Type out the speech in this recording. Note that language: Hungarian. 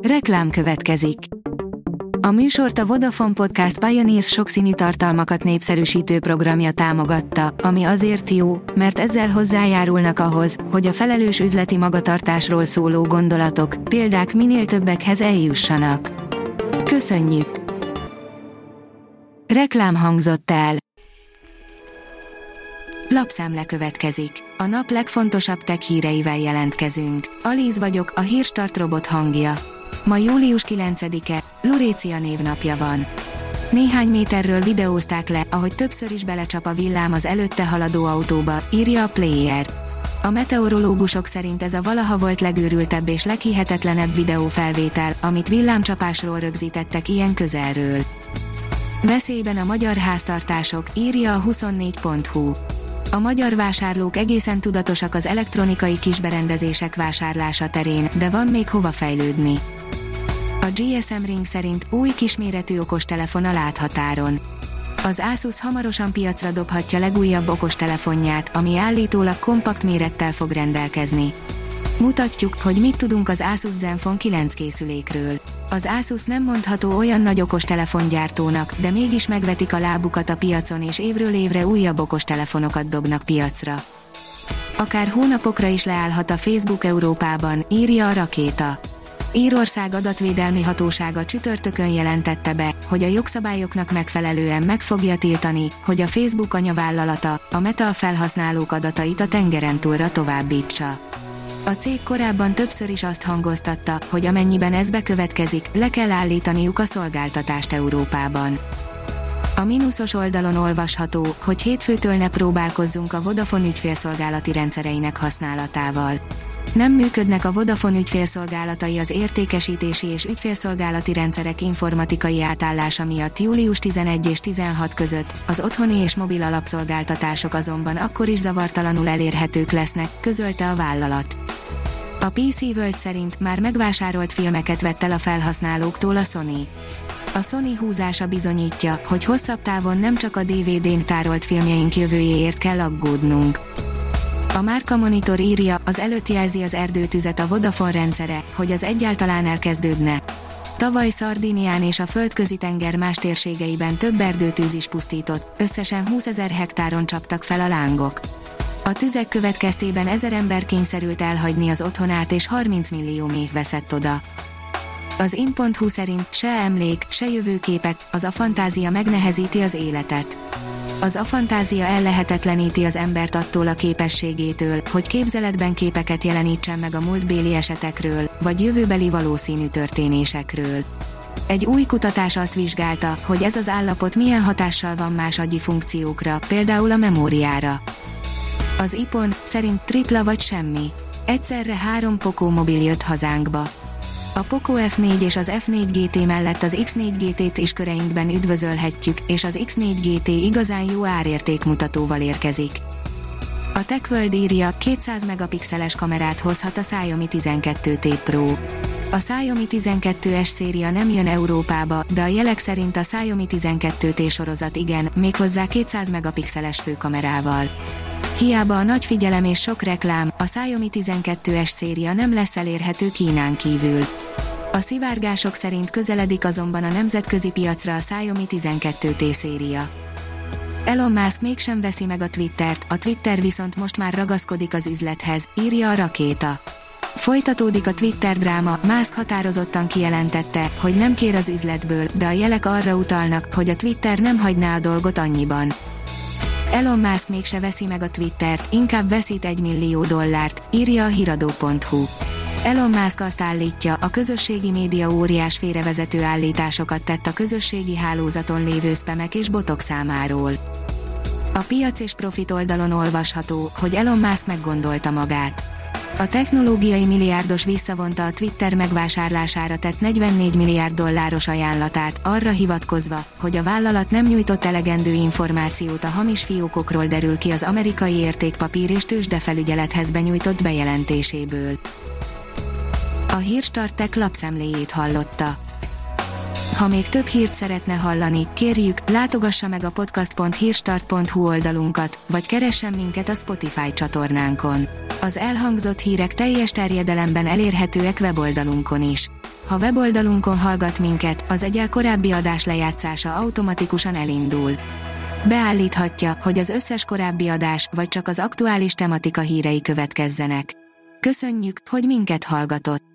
Reklám következik. A műsort a Vodafone Podcast Pioneers sokszínű tartalmakat népszerűsítő programja támogatta, ami azért jó, mert ezzel hozzájárulnak ahhoz, hogy a felelős üzleti magatartásról szóló gondolatok, példák minél többekhez eljussanak. Köszönjük! Reklám hangzott el. Lapszemle következik. A nap legfontosabb tech híreivel jelentkezünk. Alíz vagyok, a Hírstart robot hangja. Ma július 9-e, Lurécia névnapja van. Néhány méterről videózták le, ahogy többször is belecsap a villám az előtte haladó autóba, írja a Player. A meteorológusok szerint ez a valaha volt legőrültebb és leghihetetlenebb videófelvétel, amit villámcsapásról rögzítettek ilyen közelről. Veszélyben a magyar háztartások, írja a 24.hu. A magyar vásárlók egészen tudatosak az elektronikai kisberendezések vásárlása terén, de van még hova fejlődni. A GSM Ring szerint új kisméretű okostelefon a láthatáron. Az Asus hamarosan piacra dobhatja legújabb okostelefonját, ami állítólag kompakt mérettel fog rendelkezni. Mutatjuk, hogy mit tudunk az Asus Zenfone 9 készülékről. Az Asus nem mondható olyan nagy okostelefongyártónak, de mégis megvetik a lábukat a piacon és évről évre újabb okostelefonokat dobnak piacra. Akár hónapokra is leállhat a Facebook Európában, írja a Rakéta. Írország adatvédelmi hatósága csütörtökön jelentette be, hogy a jogszabályoknak megfelelően meg fogja tiltani, hogy a Facebook anyavállalata, a Meta a felhasználók adatait a tengeren túlra továbbítsa. A cég korábban többször is azt hangoztatta, hogy amennyiben ez bekövetkezik, le kell állítaniuk a szolgáltatást Európában. A mínuszos oldalon olvasható, hogy hétfőtől ne próbálkozzunk a Vodafone ügyfélszolgálati rendszereinek használatával. Nem működnek a Vodafone ügyfélszolgálatai az értékesítési és ügyfélszolgálati rendszerek informatikai átállása miatt július 11 és 16 között, az otthoni és mobil alapszolgáltatások azonban akkor is zavartalanul elérhetők lesznek, közölte a vállalat. A PC World szerint már megvásárolt filmeket vett el a felhasználóktól a Sony. A Sony húzása bizonyítja, hogy hosszabb távon nem csak a DVD-n tárolt filmjeink jövőjéért kell aggódnunk. A Márka Monitor írja, az előtt jelzi az erdőtüzet a Vodafone rendszere, hogy az egyáltalán elkezdődne. Tavaly Szardínián és a Földközi-tenger más térségeiben több erdőtűz is pusztított, összesen 20 000 hektáron csaptak fel a lángok. A tüzek következtében 1000 ember kényszerült elhagyni az otthonát és 30 millió méh veszett oda. Az in.hu szerint se emlék, se jövőképek, az afantázia megnehezíti az életet. Az afantázia ellehetetleníti az embert attól a képességétől, hogy képzeletben képeket jelenítsen meg a múltbéli esetekről, vagy jövőbeli valószínű történésekről. Egy új kutatás azt vizsgálta, hogy ez az állapot milyen hatással van más agyi funkciókra, például a memóriára. Az IPON szerint tripla vagy semmi. Egyszerre 3 Poco mobil jött hazánkba. A Poco F4 és az F4 GT mellett az X4 GT-t is köreinkben üdvözölhetjük, és az X4 GT igazán jó árértékmutatóval érkezik. A TechWorld írja, 200 megapixeles kamerát hozhat a Xiaomi 12T Pro. A Xiaomi 12S széria nem jön Európába, de a jelek szerint a Xiaomi 12T sorozat igen, méghozzá 200 megapixeles főkamerával. Hiába a nagy figyelem és sok reklám, a Xiaomi 12S széria nem lesz elérhető Kínán kívül. A szivárgások szerint közeledik azonban a nemzetközi piacra a Xiaomi 12T széria. Elon Musk mégsem veszi meg a Twittert, a Twitter viszont most már ragaszkodik az üzlethez, írja a Rakéta. Folytatódik a Twitter dráma, Musk határozottan kijelentette, hogy nem kér az üzletből, de a jelek arra utalnak, hogy a Twitter nem hagyná a dolgot annyiban. Elon Musk mégse veszi meg a Twittert, inkább veszít $1 millió, írja a hiradó.hu. Elon Musk azt állítja, a közösségi média óriás félrevezető állításokat tett a közösségi hálózaton lévő spamek és botok számáról. A piac és profit oldalon olvasható, hogy Elon Musk meggondolta magát. A technológiai milliárdos visszavonta a Twitter megvásárlására tett $44 milliárd ajánlatát, arra hivatkozva, hogy a vállalat nem nyújtott elegendő információt a hamis fiókokról, derül ki az amerikai értékpapír és tőzsdefelügyelethez benyújtott bejelentéséből. A Hírstart Tech lapszemléjét hallotta. Ha még több hírt szeretne hallani, kérjük, látogassa meg a podcast.hírstart.hu oldalunkat, vagy keressen minket a Spotify csatornánkon. Az elhangzott hírek teljes terjedelemben elérhetőek weboldalunkon is. Ha weboldalunkon hallgat minket, az egyel korábbi adás lejátszása automatikusan elindul. Beállíthatja, hogy az összes korábbi adás, vagy csak az aktuális tematika hírei következzenek. Köszönjük, hogy minket hallgatott!